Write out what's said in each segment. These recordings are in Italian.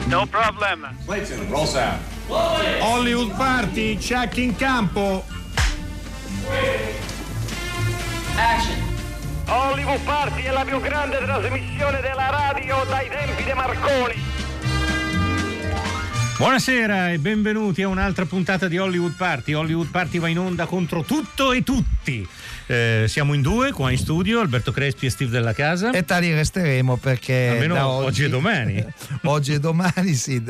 No problem. Clayton, roll sound. Hollywood Party, check in campo. Action. Hollywood Party è la più grande trasmissione della radio dai tempi di Marconi. Buonasera e benvenuti a un'altra puntata di Hollywood Party. Hollywood Party va in onda contro tutto e tutti. Siamo in due qua in studio, Alberto Crespi e Steve Della Casa. E tali resteremo perché almeno da oggi e domani. Oggi e domani sì,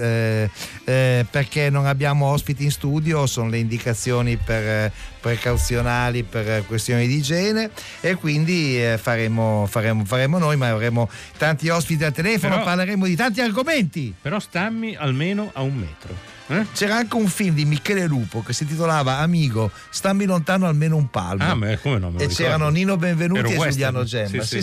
perché non abbiamo ospiti in studio, sono le indicazioni precauzionali per questioni di igiene, e quindi faremo noi, ma avremo tanti ospiti al telefono, parleremo di tanti argomenti. Però stammi almeno a 1 metro. C'era anche un film di Michele Lupo che si titolava Amigo, stammi lontano almeno un palmo. Ah, ma come no, me lo e c'erano Nino Benvenuti e Giuliano Gemma. Sì.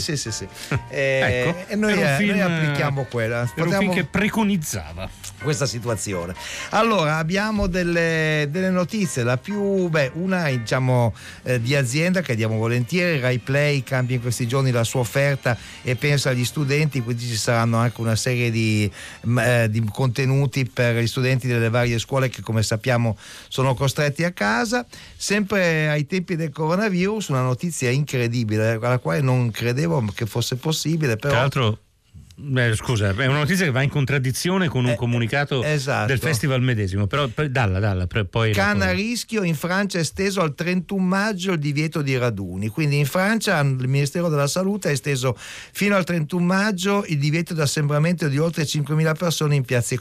Ecco, e noi applichiamo quella. Era un film che preconizzava questa situazione. Allora, abbiamo delle notizie, la più una diciamo di azienda che diamo volentieri. Rai Play cambia in questi giorni la sua offerta e pensa agli studenti, quindi ci saranno anche una serie di contenuti per gli studenti delle varie scuole che, come sappiamo, sono costretti a casa. Sempre ai tempi del coronavirus, una notizia incredibile alla quale non credevo che fosse possibile, però tra l'altro scusa, è una notizia che va in contraddizione con un comunicato del festival medesimo, però dalla poi Cannes a rischio, in Francia è esteso al 31 maggio il divieto di raduni, quindi in Francia il Ministero della Salute ha esteso fino al 31 maggio il divieto di assembramento di oltre 5.000 persone in piazze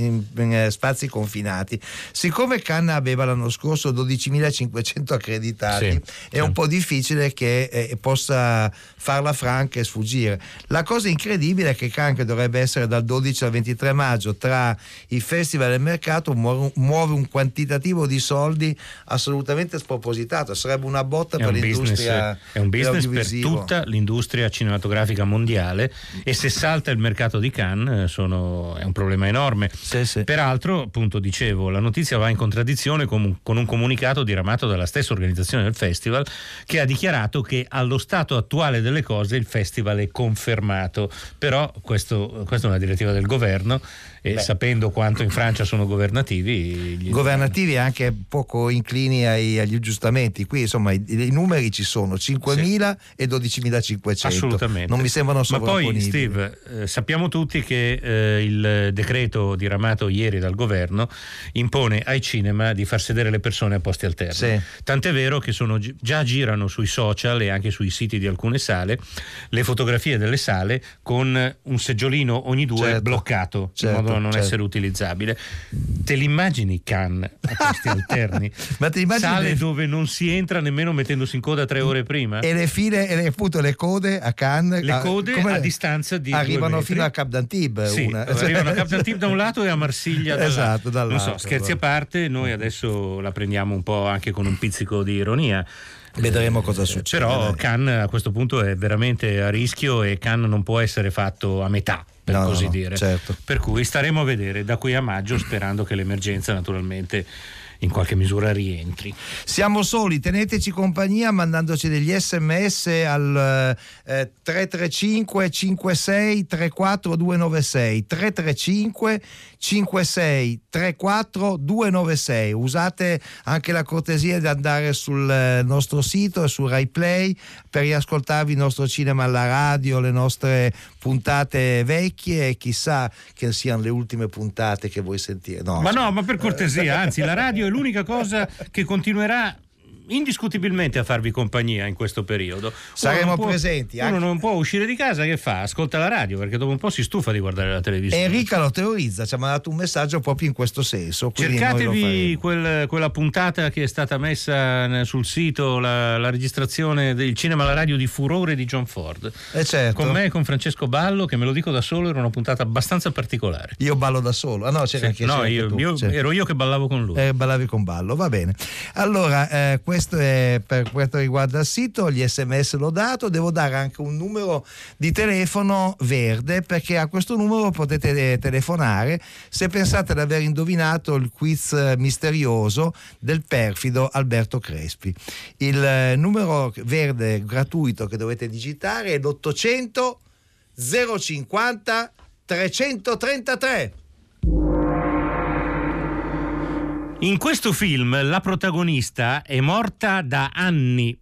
in spazi confinati. Siccome Cannes aveva l'anno scorso 12.500 accreditati, è un po' difficile che possa farla franca e sfuggire. La cosa incredibile è che Cannes, che dovrebbe essere dal 12 al 23 maggio tra il festival e il mercato, muove un quantitativo di soldi assolutamente spropositato. Sarebbe una botta per l'industria. È un business per tutta l'industria cinematografica mondiale, e se salta il mercato di Cannes è un problema enorme. Sì. Peraltro, appunto, dicevo, la notizia va in contraddizione con un comunicato diramato dalla stessa organizzazione del festival, che ha dichiarato che allo stato attuale delle cose il festival è confermato. Però questa è una direttiva del governo, e sapendo quanto in Francia sono governativi e anche poco inclini agli aggiustamenti. Qui insomma i numeri ci sono, 5.000 e 12.500. Assolutamente. Non mi sembrano sovrapponibili. Ma poi, Steve, sappiamo tutti che il decreto diramato ieri dal governo impone ai cinema di far sedere le persone a posti alterni. Tant'è vero che già girano sui social e anche sui siti di alcune sale le fotografie delle sale con un seggiolino ogni due bloccato, in modo da non essere utilizzabile. Te l'immagini Cannes a posti alterni? Ma ti immagini sale dove non si entra nemmeno mettendosi in coda 3 ore prima? E le file, e appunto le code a Cannes, le code a distanza di arrivano fino a Cap d'Antibes. Arrivano a Cap d'Antibes da un lato e a Marsiglia dall'altro. Dall'altro. Non so, scherzi a parte, noi adesso la prendiamo un po' anche con un pizzico di ironia. Vedremo cosa succede. Però Cannes a questo punto è veramente a rischio, e Cannes non può essere fatto a metà, per così dire. Certo. Per cui staremo a vedere da qui a maggio, sperando che l'emergenza naturalmente in qualche misura rientri. Siamo soli, teneteci compagnia mandandoci degli sms al 335 56 34 296 335 56 34 296. Usate anche la cortesia di andare sul nostro sito e su Rai Play per riascoltarvi il nostro cinema alla radio, le nostre puntate vecchie, e chissà che siano le ultime puntate che vuoi sentire. Ma per cortesia, anzi la radio è l'unica cosa che continuerà indiscutibilmente a farvi compagnia in questo periodo. Saremo presenti. Uno non può uscire di casa, che fa? Ascolta la radio, perché dopo un po' si stufa di guardare la televisione. Enrica lo teorizza, ci ha mandato un messaggio proprio in questo senso. Cercatevi quella puntata che è stata messa sul sito, la registrazione del cinema alla radio di Furore di John Ford. Certo. Con me e con Francesco Ballo, che me lo dico da solo, era una puntata abbastanza particolare. Io ballo da solo? Ero io che ballavo con lui. Ballavi con Ballo, va bene. Allora, questo è per quanto riguarda il sito. Gli sms l'ho dato, devo dare anche un numero di telefono verde, perché a questo numero potete telefonare se pensate di aver indovinato il quiz misterioso del perfido Alberto Crespi. Il numero verde gratuito che dovete digitare è l'800 050 333. In questo film la protagonista è morta da anni.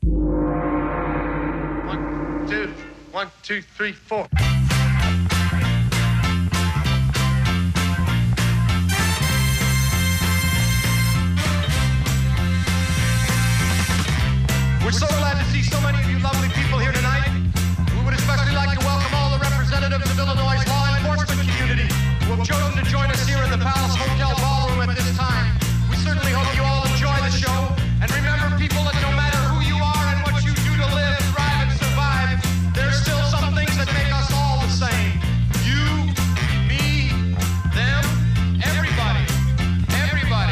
1, 2, 1, 2, 3, 4. We're so glad to see so many of you lovely people here tonight. We would especially like to welcome all the representatives of Illinois' law enforcement community who have chosen to join us here in the Palace Hotel Ballroom at this time. We certainly hope you all enjoy the show. And remember, people, that no matter who you are and what you do to live, thrive, and survive, there's still some things that make us all the same. You, me, them, everybody. Everybody.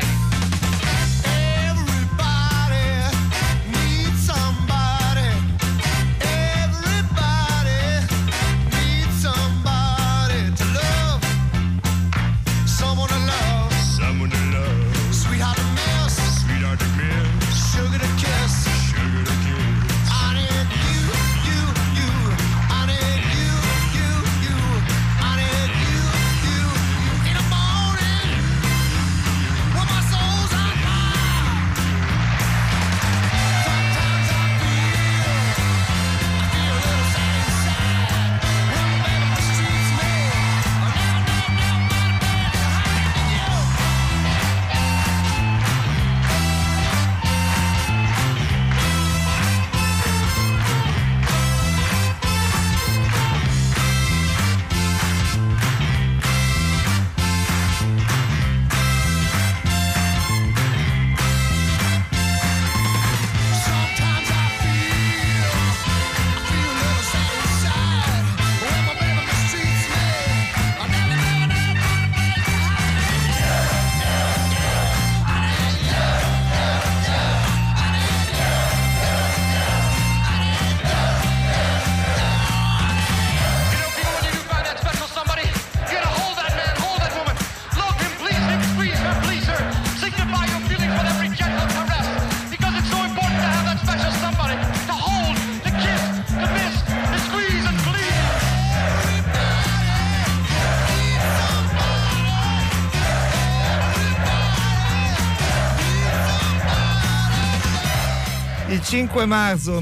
Il 5 marzo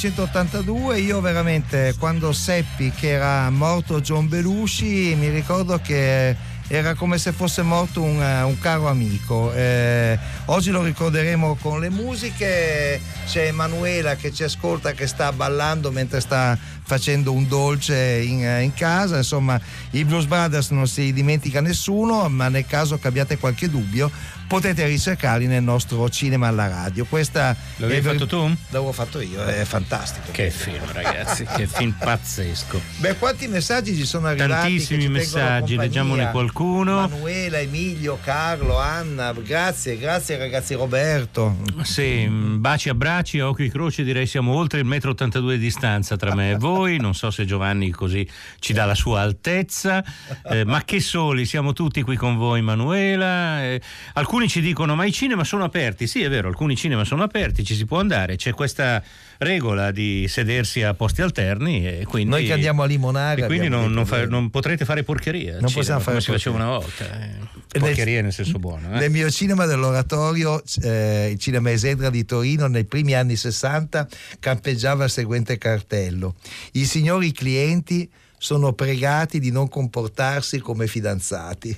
1982 io veramente, quando seppi che era morto John Belushi, mi ricordo che era come se fosse morto un caro amico. Oggi lo ricorderemo con le musiche. C'è Emanuela che ci ascolta, che sta ballando mentre sta facendo un dolce in casa. Insomma, i Blues Brothers non si dimentica nessuno, ma nel caso che abbiate qualche dubbio potete ricercarli nel nostro Cinema alla Radio. Questa l'avevi fatto tu? L'avevo fatto io, è fantastico. Che film, ragazzi, che film pazzesco. Beh, quanti messaggi ci sono arrivati? Tantissimi messaggi, leggiamone qualcuno. Manuela, Emilio, Carlo, Anna, grazie ragazzi. Roberto. Sì, baci, abbracci, a occhio e croce, direi siamo oltre il 1,82 m di distanza tra me e voi. Non so se Giovanni così ci dà la sua altezza, ma che soli, siamo tutti qui con voi, Manuela. Alcuni ci dicono ma i cinema sono aperti. Sì, è vero, alcuni cinema sono aperti, ci si può andare, c'è questa regola di sedersi a posti alterni e quindi noi che andiamo a limonare e quindi non potrete fare porcherie, non possiamo fare come si faceva una volta, porcherie nel senso buono. Nel mio cinema dell'Oratorio, il cinema Esedra di Torino, nei primi anni 60 campeggiava il seguente cartello: i signori clienti sono pregati di non comportarsi come fidanzati.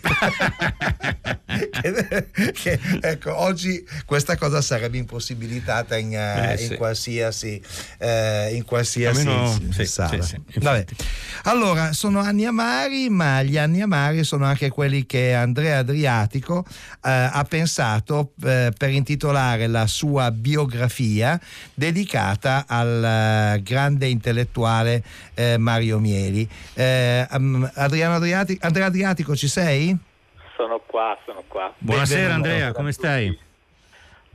Ecco, oggi questa cosa sarebbe impossibilitata in qualsiasi sala. Sì, vabbè. Allora, sono anni amari, ma gli anni amari sono anche quelli che Andrea Adriatico ha pensato per intitolare la sua biografia dedicata al grande intellettuale Mario Mieli. Andrea Adriatico, ci sei? Sono qua. Buonasera Andrea, come stai?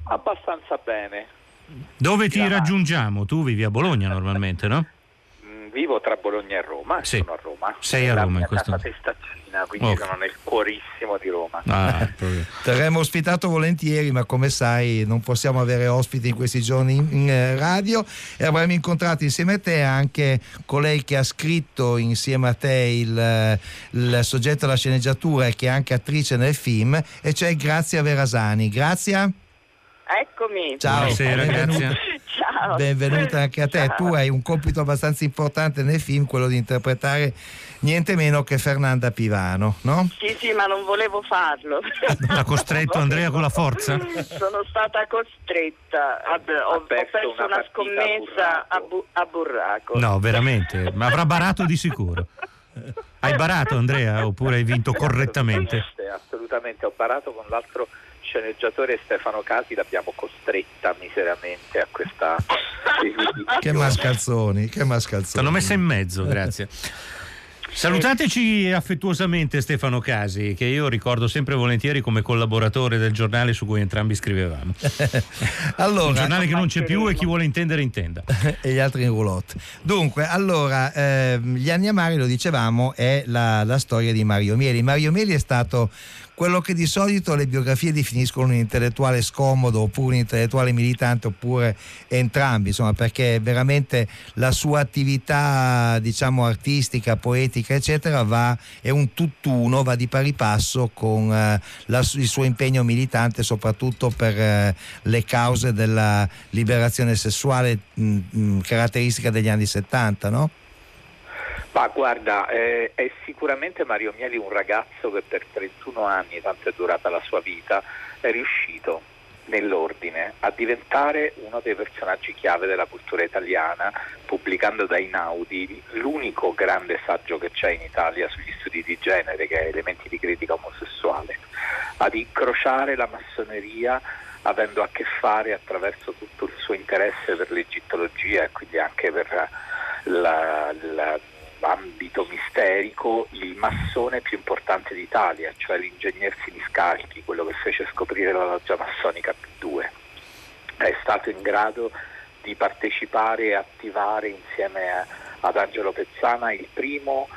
Abbastanza bene. Dove ti raggiungiamo? Tu vivi a Bologna normalmente, no? vivo tra Bologna e Roma, sì. Sono a Roma. Sei a Roma in questo momento. La casa Testaccina, quindi sono nel cuorissimo di Roma. Terremo ospitato volentieri, ma come sai non possiamo avere ospiti in questi giorni in radio, e avremo incontrato insieme a te anche colei che ha scritto insieme a te il soggetto alla sceneggiatura e che è anche attrice nel film, e cioè Grazia Verasani. Grazia? Eccomi. Ciao. Buonasera, Grazia. Ciao. Benvenuta anche a te. Ciao. Tu hai un compito abbastanza importante nel film, quello di interpretare niente meno che Fernanda Pivano, no? Sì, ma non volevo farlo. L'ha costretto Andrea con la forza? Sono stata costretta. Ho perso una scommessa a burraco. No, veramente, ma avrà barato di sicuro. Hai barato, Andrea, oppure hai vinto correttamente? Assolutamente, ho barato con l'altro sceneggiatore Stefano Casi, l'abbiamo costretta miseramente a questa Che mascalzoni. L'hanno messa in mezzo, grazie. Salutateci affettuosamente Stefano Casi, che io ricordo sempre volentieri come collaboratore del giornale su cui entrambi scrivevamo. Allora, un giornale che non c'è più, e chi vuole intendere intenda. E gli altri in roulotte. Dunque, allora, Gli anni amari, lo dicevamo, è la storia di Mario Mieli. Mario Mieli è stato quello che di solito le biografie definiscono un intellettuale scomodo, oppure un intellettuale militante, oppure entrambi, insomma, perché veramente la sua attività, diciamo, artistica, poetica, eccetera, è un tutt'uno, va di pari passo con il suo impegno militante, soprattutto per le cause della liberazione sessuale, caratteristica degli anni 70, no? Ma guarda, è sicuramente Mario Mieli un ragazzo che per 31 anni, tanto è durata la sua vita, è riuscito nell'ordine a diventare uno dei personaggi chiave della cultura italiana, pubblicando da Einaudi l'unico grande saggio che c'è in Italia sugli studi di genere, che è Elementi di critica omosessuale, ad incrociare la massoneria, avendo a che fare, attraverso tutto il suo interesse per l'egittologia e quindi anche per l'ambito misterico, il massone più importante d'Italia, cioè l'ingegner Siniscalchi, quello che fece scoprire la loggia massonica P2. È stato in grado di partecipare e attivare insieme ad Angelo Pezzana il primo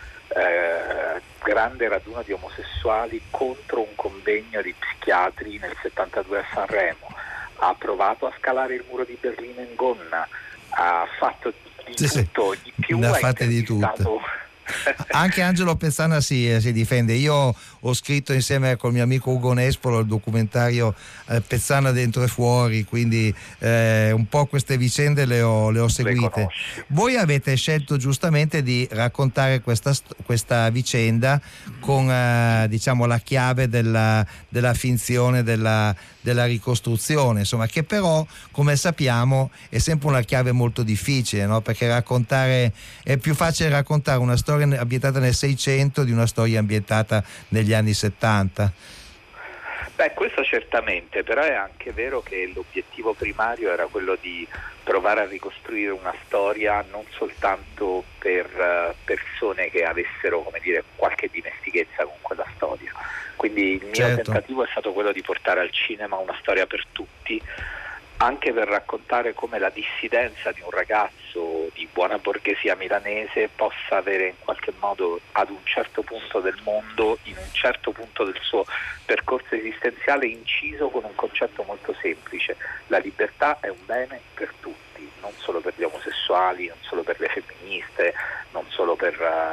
grande raduno di omosessuali contro un convegno di psichiatri nel 72 a Sanremo. Ha provato a scalare il muro di Berlino in gonna, ha fatto di tutto, di più, ne ha ha fatte di tutte. Anche Angelo Pezzana si difende. Io ho scritto insieme col mio amico Ugo Nespolo il documentario Pezzana dentro e fuori, quindi un po' queste vicende le ho seguite. Voi avete scelto giustamente di raccontare questa vicenda con diciamo la chiave della finzione, della ricostruzione, insomma, che però, come sappiamo, è sempre una chiave molto difficile, no? Perché è più facile raccontare una storia ambientata nel 600 di una storia ambientata negli anni 70. Beh, questo certamente, però è anche vero che l'obiettivo primario era quello di provare a ricostruire una storia non soltanto per persone che avessero, come dire, qualche dimestichezza con quella storia. Quindi il mio tentativo è stato quello di portare al cinema una storia per tutti, anche per raccontare come la dissidenza di un ragazzo di buona borghesia milanese possa avere in qualche modo, ad un certo punto del mondo, in un certo punto del suo percorso esistenziale, inciso con un concetto molto semplice: la libertà è un bene per tutti, non solo per gli omosessuali, non solo per le femministe, non solo per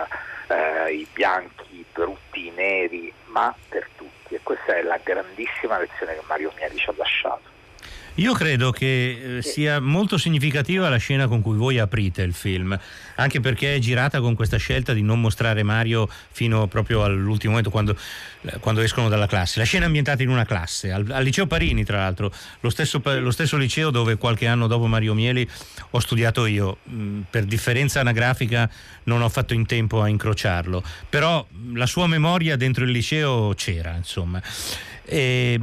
i bianchi, i brutti, i neri, ma per tutti. E questa è la grandissima lezione che Mario Mieli ci ha lasciato. Io credo che sia molto significativa la scena con cui voi aprite il film, anche perché è girata con questa scelta di non mostrare Mario fino proprio all'ultimo momento, quando escono dalla classe. La scena è ambientata in una classe, al liceo Parini, tra l'altro, lo stesso liceo dove qualche anno dopo Mario Mieli ho studiato io. Per differenza anagrafica non ho fatto in tempo a incrociarlo, però la sua memoria dentro il liceo c'era, insomma. E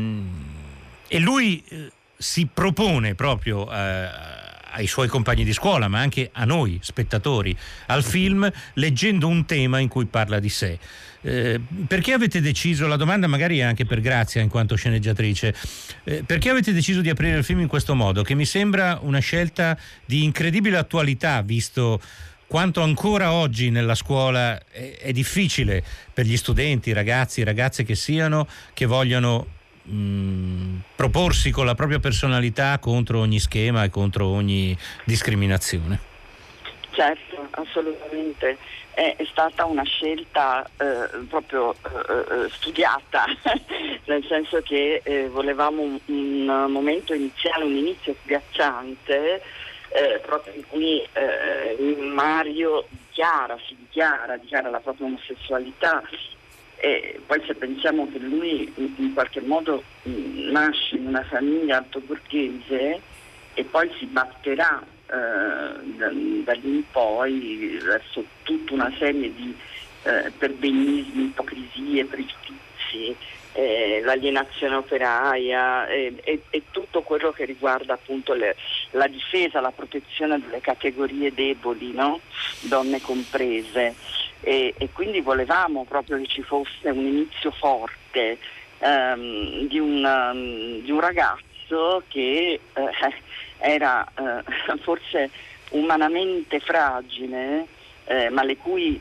lui si propone proprio ai suoi compagni di scuola, ma anche a noi spettatori, al film, leggendo un tema in cui parla di sé. Perché avete deciso, la domanda magari è anche per Grazia in quanto sceneggiatrice, perché avete deciso di aprire il film in questo modo, che mi sembra una scelta di incredibile attualità, visto quanto ancora oggi nella scuola è difficile per gli studenti, ragazzi, ragazze che siano, che vogliono proporsi con la propria personalità contro ogni schema e contro ogni discriminazione. Certo, assolutamente. È stata una scelta proprio studiata, nel senso che volevamo un momento iniziale, un inizio schiacciante, proprio in cui Mario dichiara la propria omosessualità. E poi se pensiamo che lui in qualche modo nasce in una famiglia altoborghese e poi si batterà da lì in poi verso tutta una serie di perbenismi, ipocrisie, pregiudizi, l'alienazione operaia e tutto quello che riguarda appunto la difesa, la protezione delle categorie deboli, no? Donne comprese, e quindi volevamo proprio che ci fosse un inizio forte di un ragazzo che era forse umanamente fragile, ma le cui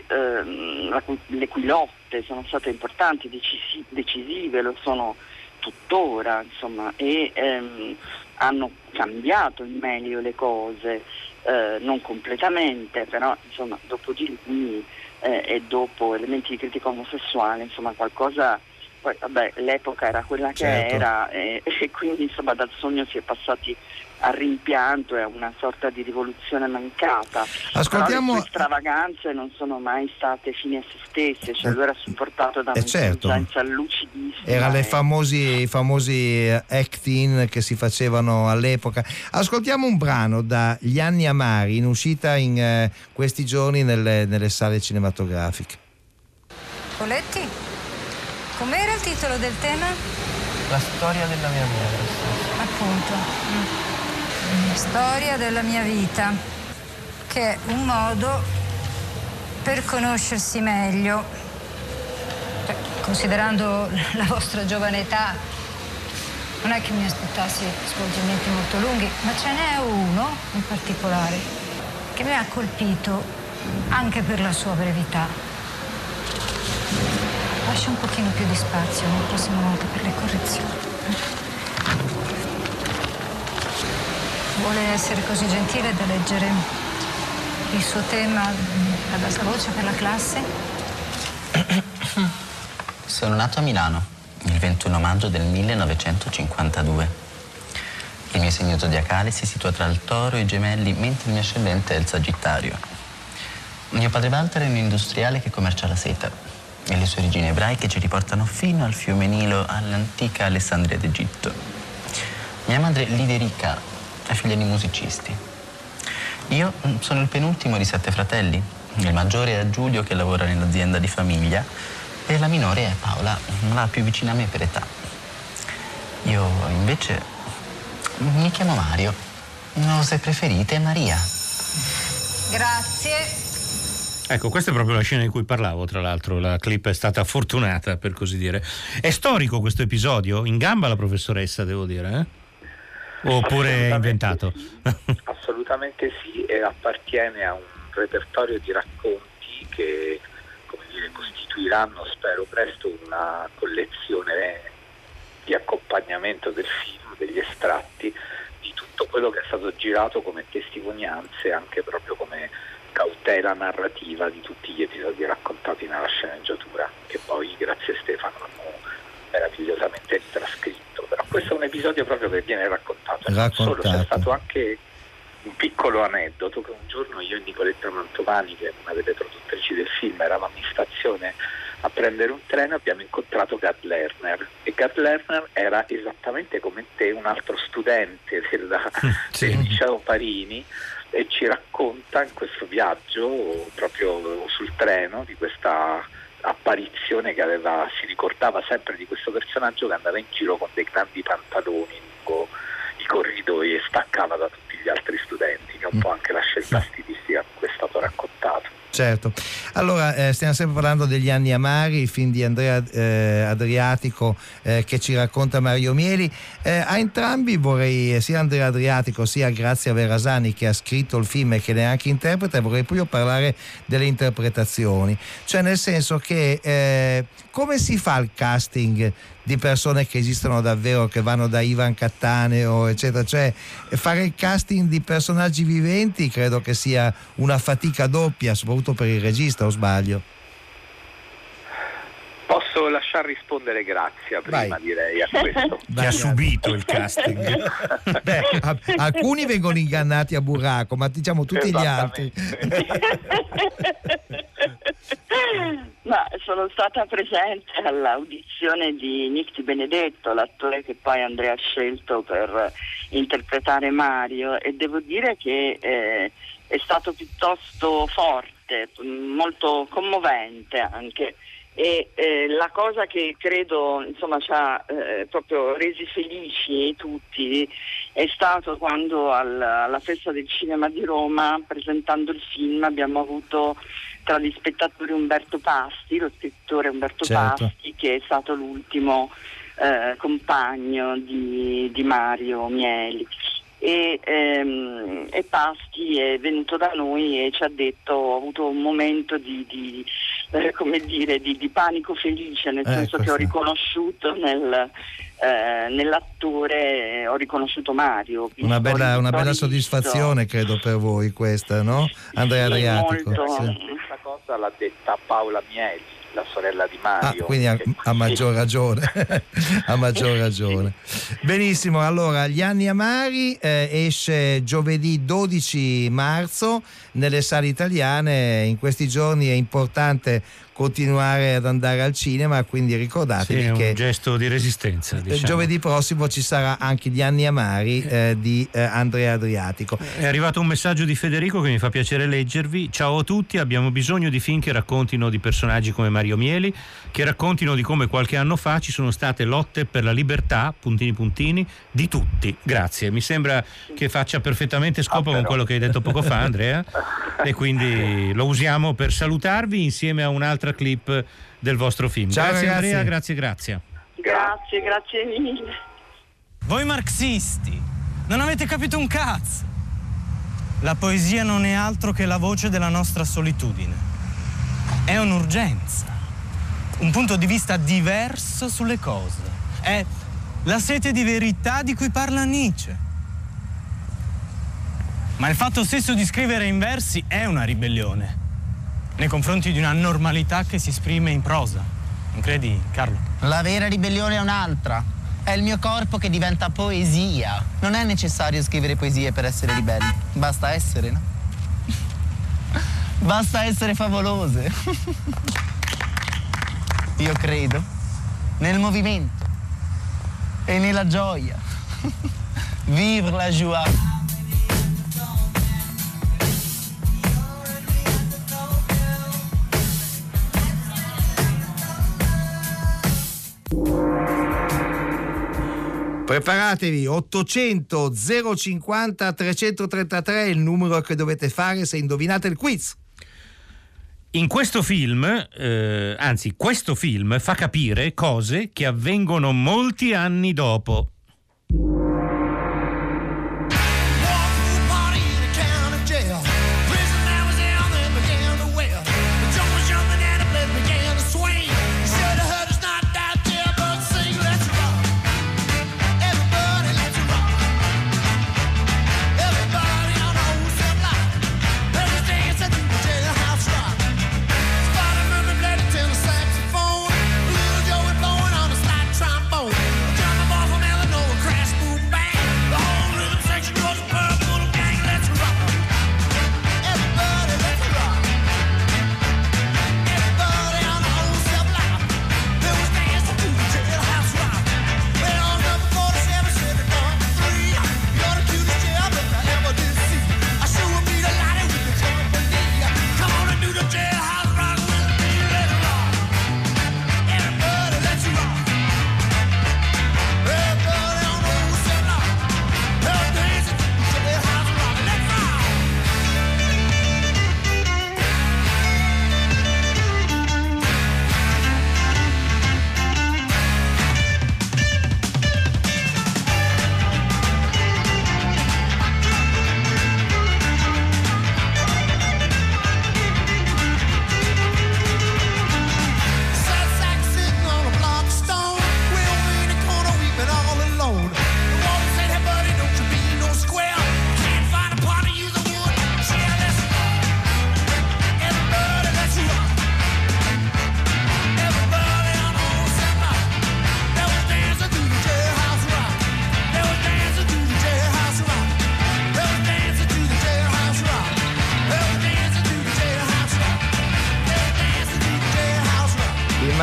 lotte sono state importanti, decisive, lo sono tuttora, insomma, e hanno cambiato in meglio le cose, non completamente, però insomma dopo di lui e dopo Elementi di critica omosessuale, insomma qualcosa. Poi vabbè, l'epoca era quella che certo. era e quindi insomma dal sogno si è passati al rimpianto e a una sorta di rivoluzione mancata. Ascoltiamo. Però le sue stravaganze non sono mai state fine a se stesse, cioè lui era supportato da certo. un'intelligenza lucidissima. Erano i famosi act-in che si facevano all'epoca. Ascoltiamo un brano da Gli anni amari, in uscita in questi giorni nelle sale cinematografiche. Poletti, com'era il titolo del tema? La storia della mia vita. Appunto. Storia della mia vita, che è un modo per conoscersi meglio. Considerando la vostra giovane età, non è che mi aspettassi svolgimenti molto lunghi, ma ce n'è uno in particolare che mi ha colpito anche per la sua brevità. Lascia un pochino più di spazio la prossima volta per le correzioni. Vuole essere così gentile da leggere il suo tema ad alta voce per la classe? Sono nato a Milano il 21 maggio del 1952. Il mio segno zodiacale si situa tra il Toro e i Gemelli, mentre il mio ascendente è il Sagittario. Mio padre Walter è un industriale che commercia la seta e le sue origini ebraiche ci riportano fino al fiume Nilo, all'antica Alessandria d'Egitto. Mia madre Liderica è figlia di musicisti. Io sono il penultimo di 7 fratelli. Il maggiore è Giulio, che lavora nell'azienda di famiglia, e la minore è Paola, la più vicina a me per età. Io invece mi chiamo Mario. O se preferite Maria. Grazie. Ecco, questa è proprio la scena di cui parlavo, tra l'altro. La clip è stata fortunata, per così dire. È storico questo episodio? In gamba la professoressa, devo dire, eh? Oppure è inventato? Sì, assolutamente sì, e appartiene a un repertorio di racconti che, come dire, costituiranno, spero presto, una collezione di accompagnamento del film, degli estratti di tutto quello che è stato girato come testimonianze, anche proprio come cautela narrativa di tutti gli episodi raccontati nella sceneggiatura, che poi grazie a Stefano hanno meravigliosamente trascritto. Però questo è un episodio proprio che viene raccontato. Non solo, c'è stato anche un piccolo aneddoto che un giorno io e Nicoletta Mantovani, che è una delle produttrici del film, eravamo in stazione a prendere un treno e abbiamo incontrato Gad Lerner, e Gad Lerner era esattamente come te un altro studente del liceo Parini, e ci racconta in questo viaggio proprio sul treno di questa apparizione che si ricordava sempre di questo personaggio che andava in giro con dei grandi pantaloni lungo i corridoi e staccava da tutti gli altri studenti, che è un po' anche la scelta stilistica con cui è stato raccontato. Certo. Allora, stiamo sempre parlando degli anni amari, il film di Andrea Adriatico che ci racconta Mario Mieli. A entrambi vorrei, sia Andrea Adriatico sia Grazia Verasani, che ha scritto il film e che ne anche interpreta, vorrei proprio parlare delle interpretazioni. Cioè, nel senso che come si fa il casting di persone che esistono davvero, che vanno da Ivan Cattaneo eccetera, cioè fare il casting di personaggi viventi credo che sia una fatica doppia, soprattutto per il regista, o sbaglio? Posso lasciar rispondere Grazia prima. Vai. Direi a questo. Che ha subito il casting. Beh, alcuni vengono ingannati a burraco, ma diciamo tutti gli altri. Ma sono stata presente all'audizione di Nick Di Benedetto, l'attore che poi Andrea ha scelto per interpretare Mario, e devo dire che è stato piuttosto forte, molto commovente anche. E la cosa che credo insomma ci ha proprio resi felici tutti è stato quando alla Festa del Cinema di Roma, presentando il film, abbiamo avuto tra gli spettatori Umberto Pasti, lo scrittore Umberto Pasti, che è stato l'ultimo compagno di Mario Mieli. E Pasti è venuto da noi e ci ha detto: ho avuto un momento di panico felice, nel senso che ho riconosciuto nell'attore, ho riconosciuto Mario. Una bella soddisfazione credo per voi questa, no? Andrea Adriatico. Questa cosa l'ha detta Paola Mieli, la sorella di Mario. Quindi a maggior ragione. A maggior ragione. Benissimo, allora Gli anni amari esce giovedì 12 marzo nelle sale italiane. In questi giorni è importante continuare ad andare al cinema, quindi ricordatevi che è un gesto di resistenza, diciamo. Giovedì prossimo ci sarà anche Gli anni amari di Andrea Adriatico. È arrivato un messaggio di Federico che mi fa piacere leggervi. Ciao a tutti, abbiamo bisogno di film che raccontino di personaggi come Mario Mieli, che raccontino di come qualche anno fa ci sono state lotte per la libertà, puntini puntini, di tutti. Grazie, mi sembra che faccia perfettamente scopo con quello che hai detto poco fa, Andrea, e quindi lo usiamo per salutarvi insieme a un'altra clip del vostro film. Ciao, grazie ragazzi. Andrea, grazie mille. Voi marxisti non avete capito un cazzo. La poesia non è altro che la voce della nostra solitudine. È un'urgenza, un punto di vista diverso sulle cose. È la sete di verità di cui parla Nietzsche. Ma il fatto stesso di scrivere in versi è una ribellione nei confronti di una normalità che si esprime in prosa. Non credi, Carlo? La vera ribellione è un'altra. È il mio corpo che diventa poesia. Non è necessario scrivere poesie per essere ribelli. Basta essere, no? Basta essere favolose. Io credo nel movimento e nella gioia. Vivre la joie. Preparatevi, 800 050 333 è il numero che dovete fare se indovinate il quiz. In questo film, questo film fa capire cose che avvengono molti anni dopo.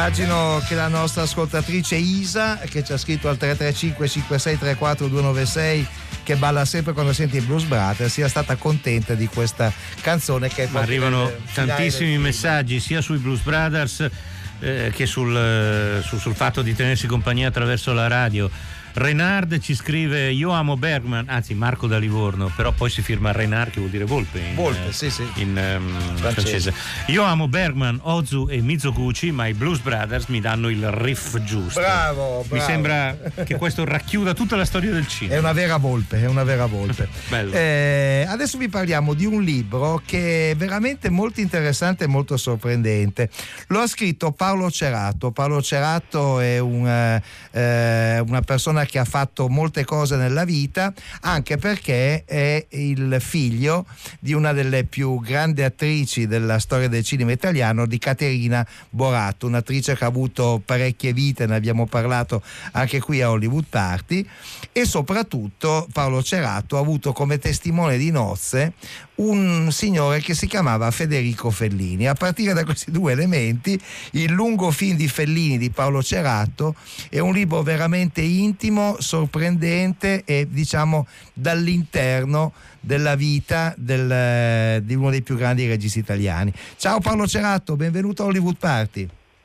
Immagino che la nostra ascoltatrice Isa, che ci ha scritto al 335 5634 296, che balla sempre quando sente i Blues Brothers, sia stata contenta di questa canzone che arrivano tantissimi messaggi sia sui Blues Brothers che sul fatto di tenersi compagnia attraverso la radio. Renard ci scrive: io amo Bergman, anzi Marco da Livorno, però poi si firma Renard che vuol dire volpe in francese. Io amo Bergman, Ozu e Mizoguchi, ma i Blues Brothers mi danno il riff giusto. Bravo. Mi sembra che questo racchiuda tutta la storia del cinema. È una vera volpe. Bello. Adesso vi parliamo di un libro che è veramente molto interessante e molto sorprendente. Lo ha scritto Paolo Cerato. Paolo Cerato è una persona che ha fatto molte cose nella vita, anche perché è il figlio di una delle più grandi attrici della storia del cinema italiano, di Caterina Boratto, un'attrice che ha avuto parecchie vite, ne abbiamo parlato anche qui a Hollywood Party, e soprattutto Paolo Cerato ha avuto come testimone di nozze un signore che si chiamava Federico Fellini. A partire da questi due elementi, il lungo film di Fellini di Paolo Cerato è un libro veramente intimo, sorprendente e diciamo dall'interno della vita di uno dei più grandi registi italiani. Ciao Paolo Cerato, benvenuto a Hollywood Party.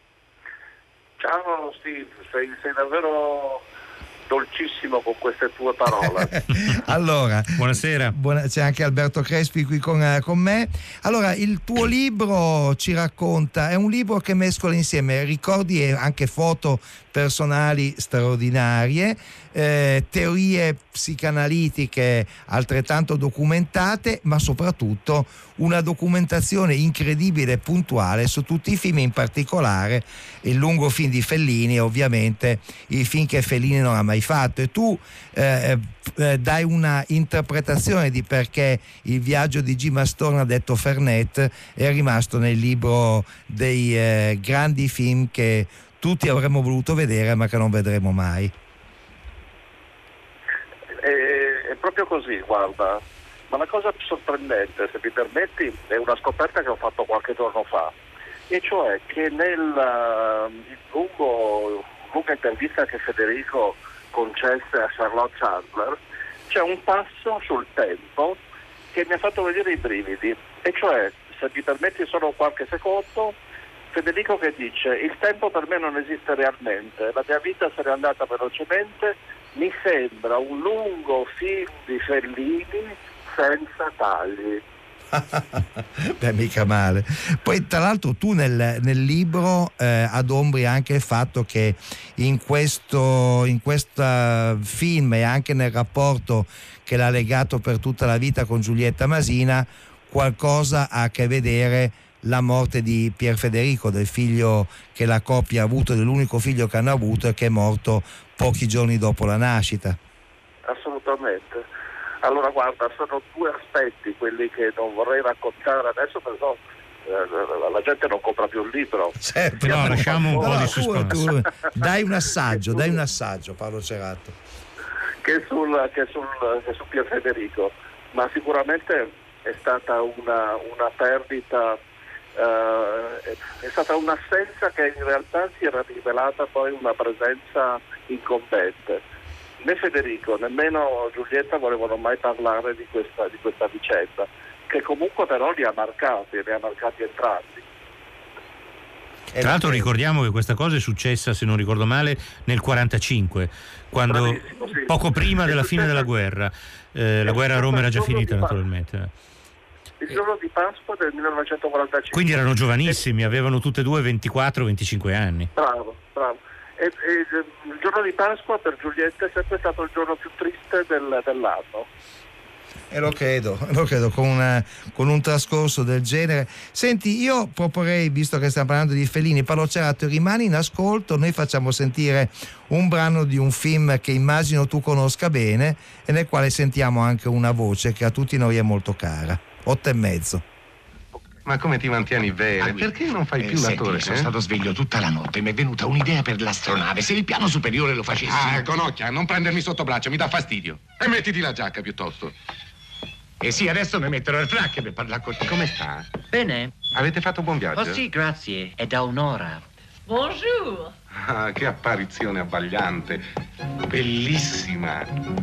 Ciao Steve, sei davvero dolcissimo con queste tue parole. Allora, buonasera. C'è anche Alberto Crespi qui con me. Allora, il tuo libro ci racconta, è un libro che mescola insieme ricordi e anche foto personali straordinarie, teorie psicanalitiche altrettanto documentate, ma soprattutto una documentazione incredibile e puntuale su tutti i film, in particolare il lungo film di Fellini e ovviamente i film che Fellini non ha mai fatto. E tu dai una interpretazione di perché Il viaggio di G. Mastorna, detto Fernet, è rimasto nel libro dei grandi film che tutti avremmo voluto vedere ma che non vedremo mai. È proprio così, guarda, ma la cosa più sorprendente, se mi permetti, è una scoperta che ho fatto qualche giorno fa, e cioè che lunga intervista che Federico concesse a Charlotte Chandler c'è un passo sul tempo che mi ha fatto vedere i brividi, e cioè, se mi permetti solo qualche secondo, Federico che dice: il tempo per me non esiste realmente, la mia vita se n'è andata velocemente, mi sembra un lungo film di Fellini senza tagli. Beh, mica male. Poi tra l'altro tu nel libro adombri anche il fatto che in questo film e anche nel rapporto che l'ha legato per tutta la vita con Giulietta Masina qualcosa ha a che vedere la morte di Pier Federico, del figlio che la coppia ha avuto, dell'unico figlio che hanno avuto e che è morto pochi giorni dopo la nascita. Assolutamente. Allora guarda, sono due aspetti quelli che non vorrei raccontare adesso, perché la gente non compra più il libro. Certo, no, lasciamo un po' di suspense. Dai un assaggio Paolo Cerato. Che su Pier Federico, ma sicuramente è stata una perdita, è stata un'assenza che in realtà si era rivelata poi una presenza incombente. Né Federico, nemmeno Giulietta volevano mai parlare di questa vicenda, che comunque però li ha marcati entrambi. Tra l'altro ricordiamo che questa cosa è successa, se non ricordo male, nel 45, quando sì. poco prima della fine della guerra. La guerra a Roma era già finita, naturalmente. Il giorno di Pasqua del 1945. Quindi erano giovanissimi, avevano tutte e due 24-25 anni. Bravo. E il giorno di Pasqua per Giulietta è sempre stato il giorno più triste dell'anno. E lo credo con un trascorso del genere. Senti, io proporrei, visto che stiamo parlando di Fellini, Paolo Cerato, rimani in ascolto, noi facciamo sentire un brano di un film che immagino tu conosca bene e nel quale sentiamo anche una voce che a tutti noi è molto cara. 8:30. Ma come ti mantieni bene? Perché non fai più l'attore? Sono stato sveglio tutta la notte, mi è venuta un'idea per l'astronave. Se il piano superiore lo facessi... Conocchia, non prendermi sotto braccio, mi dà fastidio. E mettiti la giacca piuttosto. Sì, adesso mi metterò il frac per parlare con te. Come sta? Bene. Avete fatto un buon viaggio? Oh sì, grazie. È da un'ora. Bonjour. Ah, che apparizione abbagliante. Bellissima.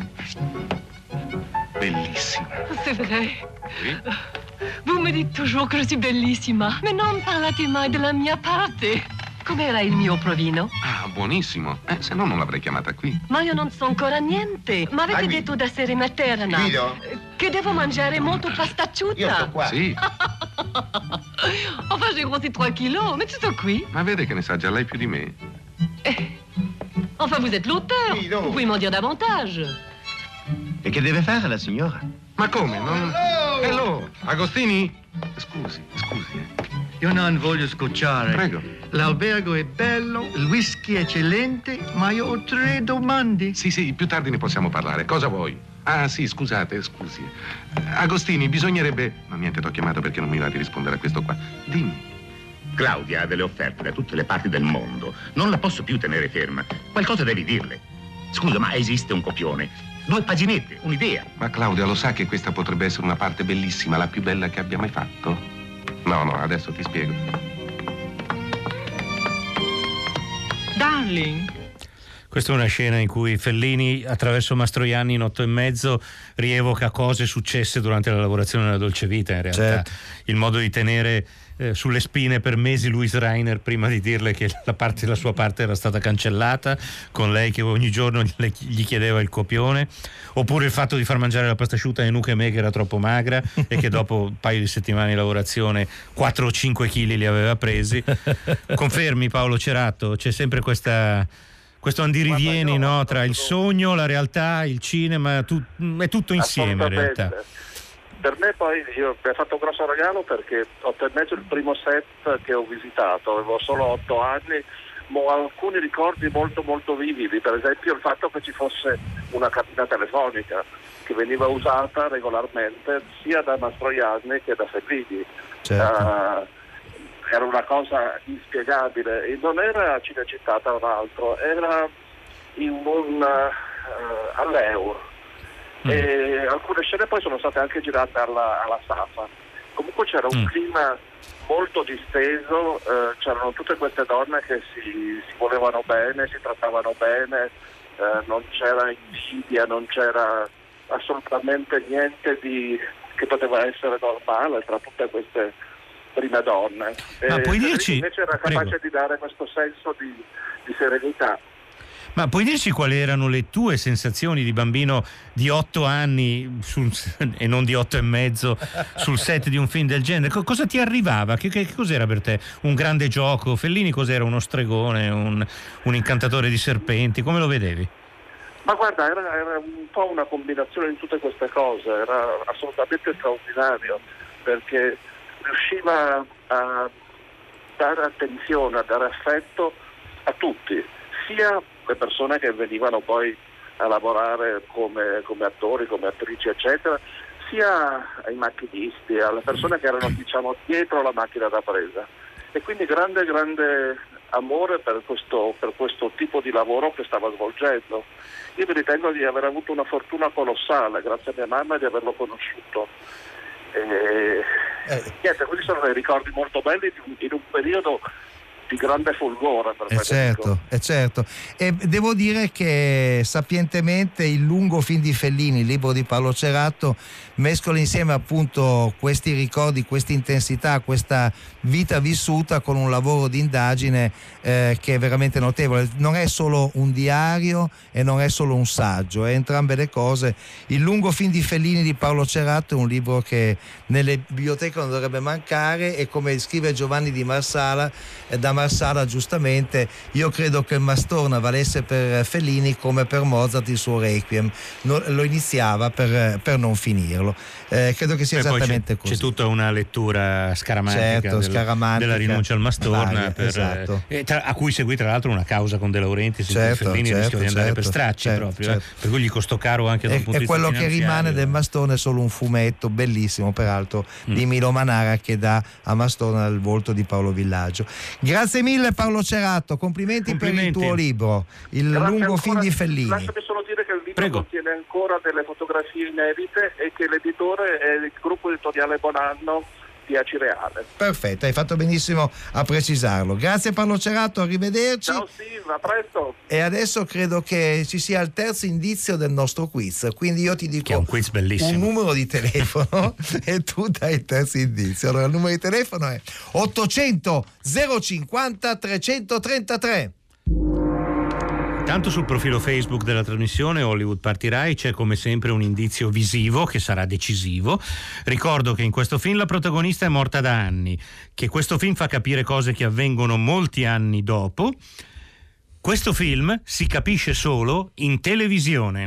Bellissima. C'est vrai. Oui? Vous me dites toujours que je suis bellissima, ma non parlate mai della mia parte. Com'era il mio provino? Ah, buonissimo. Se no non l'avrei chiamata qui. Ma io non so ancora niente. Ma avete detto d'essere materna. Guido? Che devo mangiare molto pastacciuta. Io sto qua. Sì. Enfin, j'ai grossi 3 kilos, mais tutto qui. Ma vede che ne sa già lei più di me. Enfin, vous êtes l'auteur. Vous pouvez m'en dire davantage. E che deve fare la signora? Ma come? Non... Hello! Agostini? Scusi. Io non voglio scocciare. Prego. L'albergo è bello, il whisky è eccellente, ma io ho 3 domande. Sì, più tardi ne possiamo parlare. Cosa vuoi? Ah, sì, scusi. Agostini, bisognerebbe... Ma niente, t'ho chiamato perché non mi va di rispondere a questo qua. Dimmi. Claudia ha delle offerte da tutte le parti del mondo. Non la posso più tenere ferma. Qualcosa devi dirle. Scusa, ma esiste un copione? 2 paginette, un'idea. Ma Claudia lo sa che questa potrebbe essere una parte bellissima, la più bella che abbia mai fatto? No, adesso ti spiego. Darling. Questa è una scena in cui Fellini, attraverso Mastroianni in 8 e mezzo, rievoca cose successe durante la lavorazione della Dolce Vita, in realtà. Certo. Il modo di tenere sulle spine per mesi Louise Rainer prima di dirle che la sua parte era stata cancellata, con lei che ogni giorno gli chiedeva il copione, oppure il fatto di far mangiare la pasta asciutta a Enuche Me che era troppo magra e che dopo un paio di settimane di lavorazione 4 o 5 kg li aveva presi. Confermi, Paolo Cerato? C'è sempre questo andirivieni, no? Tra il sogno, la realtà, il cinema, è tutto insieme in realtà. Per me poi io mi ha fatto un grosso regalo perché 8 e mezzo è il primo set che ho visitato, avevo solo 8 anni, ma ho alcuni ricordi molto molto vividi, per esempio il fatto che ci fosse una cabina telefonica che veniva usata regolarmente sia da Mastroianni che da Fellini. Certo. Era una cosa inspiegabile e non era a Cinecittà tra l'altro, era all'Eur. E alcune scene poi sono state anche girate alla Safa. Comunque c'era un clima molto disteso, c'erano tutte queste donne che si volevano bene, si trattavano bene, non c'era invidia, non c'era assolutamente niente che poteva essere normale tra tutte queste prime donne. Ma puoi dirci, invece era capace di dare questo senso di serenità. Ma puoi dirci quali erano le tue sensazioni di bambino di 8 anni e non di 8 e mezzo sul set di un film del genere? Cosa ti arrivava? Che cos'era per te? Un grande gioco? Fellini cos'era? Uno stregone? Un incantatore di serpenti? Come lo vedevi? Ma guarda, era un po' una combinazione di tutte queste cose, era assolutamente straordinario perché riusciva a dare attenzione, a dare affetto a tutti, sia le persone che venivano poi a lavorare come attori, come attrici eccetera, sia ai macchinisti, alle persone che erano diciamo dietro la macchina da presa, e quindi grande amore per questo tipo di lavoro che stava svolgendo. Io mi ritengo di aver avuto una fortuna colossale grazie a mia mamma di averlo conosciuto. Niente, questi sono dei ricordi molto belli in un periodo di grande fulgore per me. Certo. E devo dire che sapientemente il lungo film di Fellini, il libro di Paolo Cerato, mescola insieme appunto questi ricordi, questa intensità, questa vita vissuta con un lavoro di indagine che è veramente notevole. Non è solo un diario e non è solo un saggio, è entrambe le cose. Il lungo film di Fellini di Paolo Cerato è un libro che nelle biblioteche non dovrebbe mancare, e come scrive Giovanni di Marsala, da Marsala giustamente, io credo che il Mastorna valesse per Fellini come per Mozart il suo Requiem, lo iniziava per non finirlo. Credo che sia esattamente così. C'è tutta una lettura scaramantica, della rinuncia al Mastorna, esatto. A cui seguì tra l'altro una causa con De Laurentiis, in cui Fellini rischiò di andare per stracci proprio. Per cui gli costò caro anche da un punto di vista finanziario. E quello che rimane del Mastorna è solo un fumetto bellissimo peraltro di Milo Manara, che dà a Mastorna il volto di Paolo Villaggio. Grazie mille Paolo Cerato, complimenti per il tuo libro, il lungo film di Fellini. Lasciami solo dire che il libro contiene ancora delle fotografie inedite e che l'editore è il gruppo editoriale Bonanno, via Cireale. Perfetto, hai fatto benissimo a precisarlo. Grazie Paolo Cerato, arrivederci. Ciao Steve, a presto. E adesso credo che ci sia il terzo indizio del nostro quiz, quindi io ti dico che è un quiz bellissimo, un numero di telefono e tu dai il terzo indizio. Allora il numero di telefono è 800 050 333. Tanto sul profilo Facebook della trasmissione Hollywood Party Rai c'è come sempre un indizio visivo che sarà decisivo. Ricordo che in questo film la protagonista è morta da anni, che questo film fa capire cose che avvengono molti anni dopo. Questo film si capisce solo in televisione.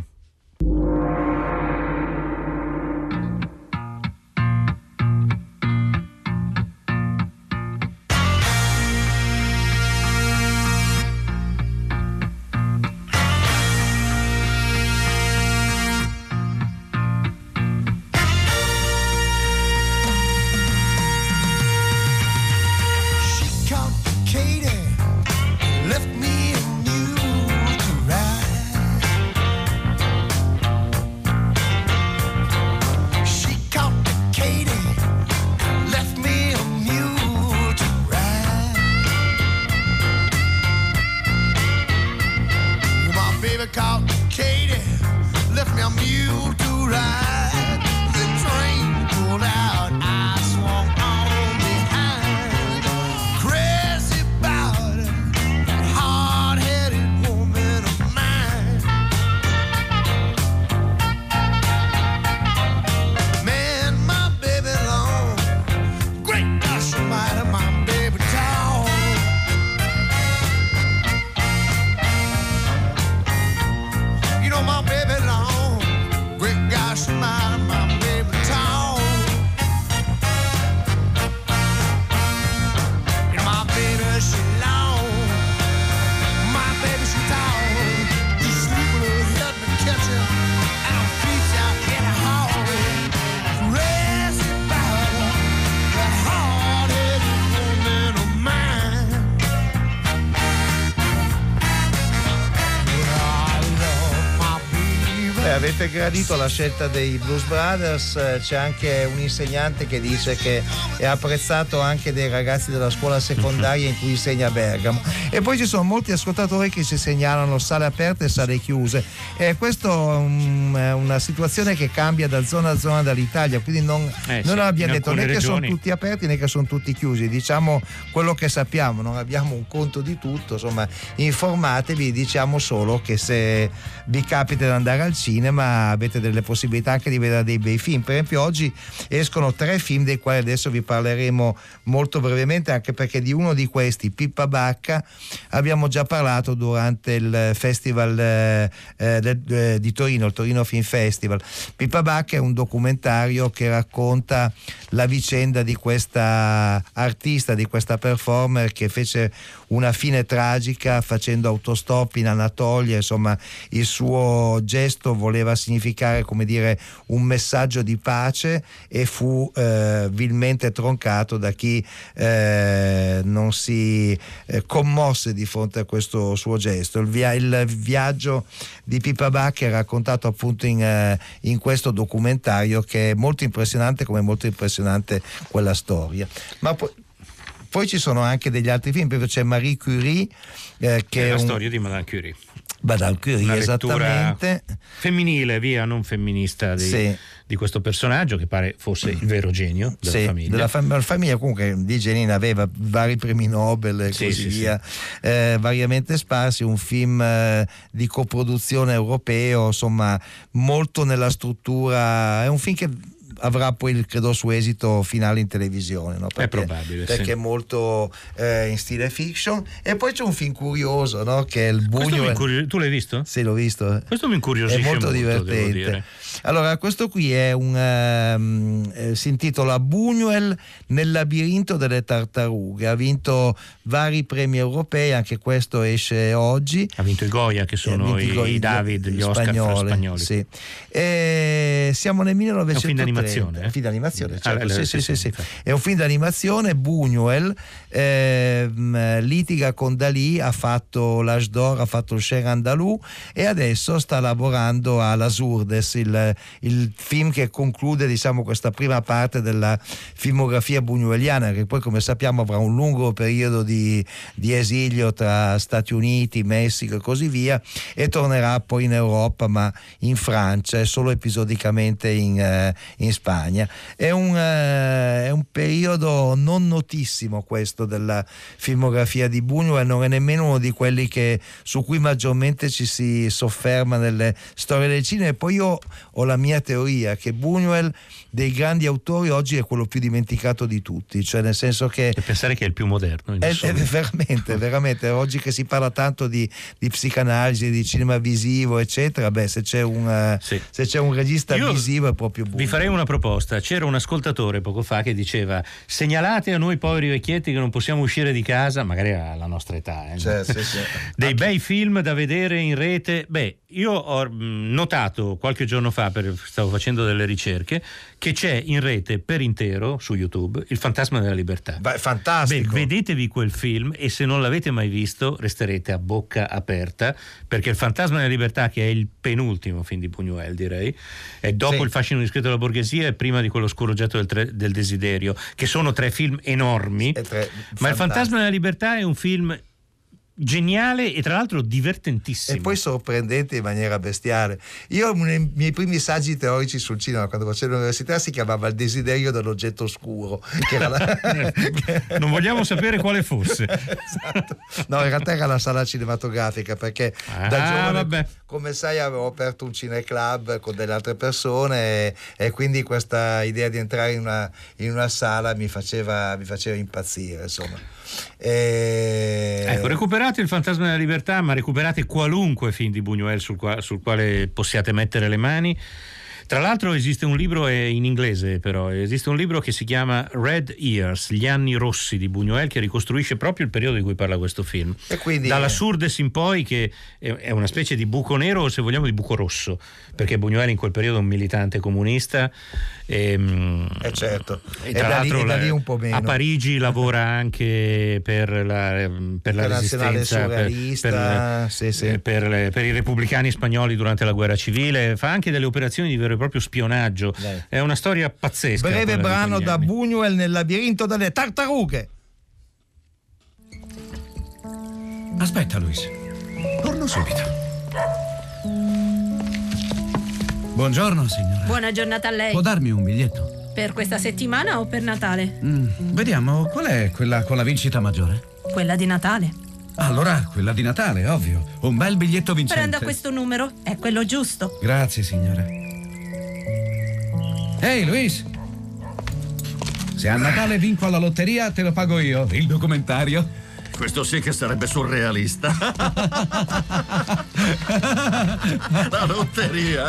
Avete gradito la scelta dei Blues Brothers. C'è anche un insegnante che dice che è apprezzato anche dei ragazzi della scuola secondaria in cui insegna a Bergamo, e poi ci sono molti ascoltatori che si segnalano sale aperte e sale chiuse, e questo è una situazione che cambia da zona a zona dall'Italia, quindi non abbiamo detto né che sono tutti aperti né che sono tutti chiusi, diciamo quello che sappiamo, non abbiamo un conto di tutto, insomma informatevi, diciamo solo che se vi capita di andare al cinema avete delle possibilità anche di vedere dei bei film. Per esempio oggi escono 3 film dei quali adesso vi parleremo molto brevemente, anche perché di uno di questi, Pippa Bacca, abbiamo già parlato durante il festival di Torino, il Torino Film Festival. Pippa Bacca è un documentario che racconta la vicenda di questa artista, di questa performer che fece una fine tragica facendo autostop in Anatolia. Insomma, il suo gesto voleva significare, come dire, un messaggio di pace e fu vilmente troncato da chi non si commosse di fronte a questo suo gesto. Il viaggio di Pippa Bacca è raccontato appunto in questo documentario, che è molto impressionante, come molto impressionante quella storia. Ma poi ci sono anche degli altri film, per esempio c'è Marie Curie, che è la storia di Madame Curie. Madame Curie, una esattamente, femminile, via, non femminista di questo personaggio che pare fosse il vero genio della famiglia. Della famiglia comunque di geni, aveva vari premi Nobel e così via, variamente sparsi, un film di coproduzione europeo, insomma molto nella struttura, è un film che avrà poi credo suo esito finale in televisione, no? Perché, è probabile, perché è molto in stile fiction. E poi c'è un film curioso, no? Che è il Buñuel. Tu l'hai visto? Sì, l'ho visto. Questo mi incuriosisce, è molto divertente, devo dire. Allora, questo qui è si intitola Buñuel nel labirinto delle tartarughe, ha vinto vari premi europei, anche questo esce oggi, ha vinto i Goya, che sono i David, gli Oscar spagnoli. Sì. E siamo nel 1930. d'animazione? Un film d'animazione, certo. Sì. È un film d'animazione. Buñuel litiga con Dalì, ha fatto l'Âge d'Or, ha fatto il Cher Andalou e adesso sta lavorando a Las Urdes, il film che conclude, diciamo, questa prima parte della filmografia buñueliana, che poi, come sappiamo, avrà un lungo periodo di esilio tra Stati Uniti, Messico e così via, e tornerà poi in Europa, ma in Francia e solo episodicamente in Spagna. È un periodo non notissimo questo della filmografia di Buñuel, non è nemmeno uno di quelli su cui maggiormente ci si sofferma nelle storie del cinema. E poi io ho la mia teoria che Buñuel, dei grandi autori, oggi è quello più dimenticato di tutti, cioè nel senso che e pensare che è il più moderno in è veramente oggi che si parla tanto di psicanalisi, di cinema visivo eccetera, se c'è un regista visivo è proprio Buñuel. Vi farei una proposta. C'era un ascoltatore poco fa che diceva: segnalate a noi poveri vecchietti che non possiamo uscire di casa, magari alla nostra età, dei bei film da vedere in rete. Io ho notato qualche giorno fa, stavo facendo delle ricerche, che c'è in rete per intero su YouTube Il Fantasma della Libertà. Fantastico. Vedetevi quel film, e se non l'avete mai visto resterete a bocca aperta, perché Il Fantasma della Libertà, che è il penultimo film di Buñuel, direi, è dopo Il fascino discreto della borghesia e prima di Quello scuro oggetto del desiderio, che sono 3 film enormi, ma Il Fantasma della Libertà è un film geniale e tra l'altro divertentissimo e poi sorprendente in maniera bestiale. Io nei miei primi saggi teorici sul cinema, quando facevo l'università, si chiamava Il desiderio dell'oggetto oscuro, che era non vogliamo sapere quale fosse. Esatto. No, in realtà era la sala cinematografica, perché da giovane, come sai, avevo aperto un cineclub con delle altre persone e quindi questa idea di entrare in una sala mi faceva impazzire, insomma. Ecco, recuperate Il Fantasma della Libertà, ma recuperate qualunque film di Buñuel sul quale possiate mettere le mani. Tra l'altro esiste un libro, in inglese però, esiste un libro che si chiama Red Years, gli anni rossi di Buñuel, che ricostruisce proprio il periodo di cui parla questo film. E quindi dalla Surdes in poi, che è una specie di buco nero, o se vogliamo di buco rosso, perché Buñuel in quel periodo è un militante comunista certo. E tra l'altro da lì un po' meno. A Parigi lavora anche per la resistenza, per i repubblicani spagnoli durante la guerra civile, fa anche delle operazioni di vero e proprio spionaggio. È una storia pazzesca. Breve brano da Buñuel nel labirinto delle tartarughe. Aspetta, Luis, torno subito. Buongiorno, signora. Buona giornata a lei. Può darmi un biglietto? Per questa settimana o per Natale? Vediamo, qual è quella con la vincita maggiore? Quella di Natale. Allora, quella di Natale, ovvio. Un bel biglietto vincente. Prenda questo numero, è quello giusto. Grazie, signora. Ehi, Luis! Se a Natale vinco alla lotteria, te lo pago io, il documentario. Questo sì che sarebbe surrealista. La lotteria.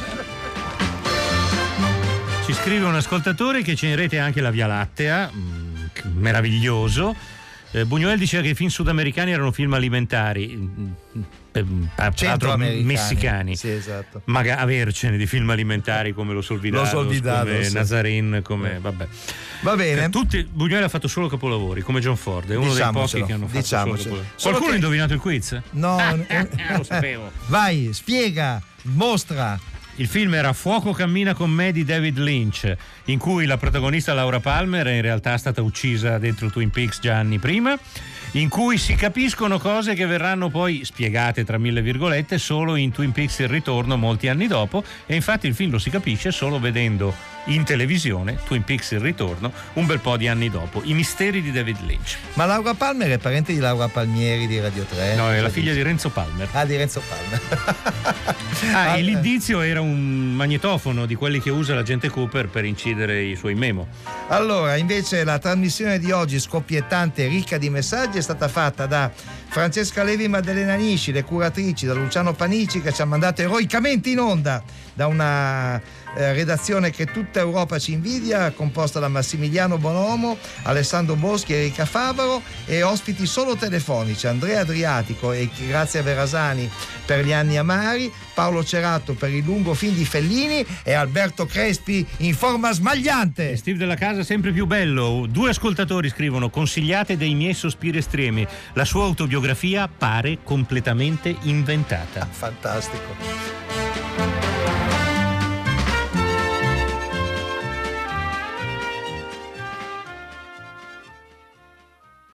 Ci scrive un ascoltatore che c'è in rete anche la Via Lattea, meraviglioso. Buñuel diceva che i film sudamericani erano film alimentari, tra l'altro messicani. Sì, esatto. Ma avercene di film alimentari come Los Olvidados, come sì. Nazarin, come vabbè. Va bene. Buñuel ha fatto solo capolavori, come John Ford, è uno dei pochi che hanno fatto solo capolavori. Qualcuno ha indovinato il quiz? No, lo sapevo. Vai, spiega, mostra. Il film era Fuoco cammina con me di David Lynch, in cui la protagonista Laura Palmer è in realtà stata uccisa dentro Twin Peaks già anni prima, in cui si capiscono cose che verranno poi spiegate tra mille virgolette solo in Twin Peaks Il ritorno molti anni dopo, e infatti il film lo si capisce solo vedendo in televisione Twin Peaks Il ritorno un bel po' di anni dopo. I misteri di David Lynch. Ma Laura Palmer è parente di Laura Palmieri di Radio 3? No, è la figlia di Renzo Palmer. Di Renzo Palmer. E l'indizio era un magnetofono di quelli che usa l'agente Cooper per incidere i suoi memo. Allora, invece la trasmissione di oggi, scoppiettante e ricca di messaggi, è stata fatta da Francesca Levi e Maddalena Nisci, le curatrici, da Luciano Panici, che ci ha mandato eroicamente in onda da una redazione che tutta Europa ci invidia, composta da Massimiliano Bonomo, Alessandro Boschi, Erika Favaro, e ospiti solo telefonici: Andrea Adriatico e Grazia Verasani per Gli anni amari, Paolo Cerato per il lungo film di Fellini e Alberto Crespi in forma smagliante. E Steve della Casa sempre più bello. 2 ascoltatori scrivono: consigliate dei miei sospiri estremi. La sua autobiografia pare completamente inventata. Fantastico.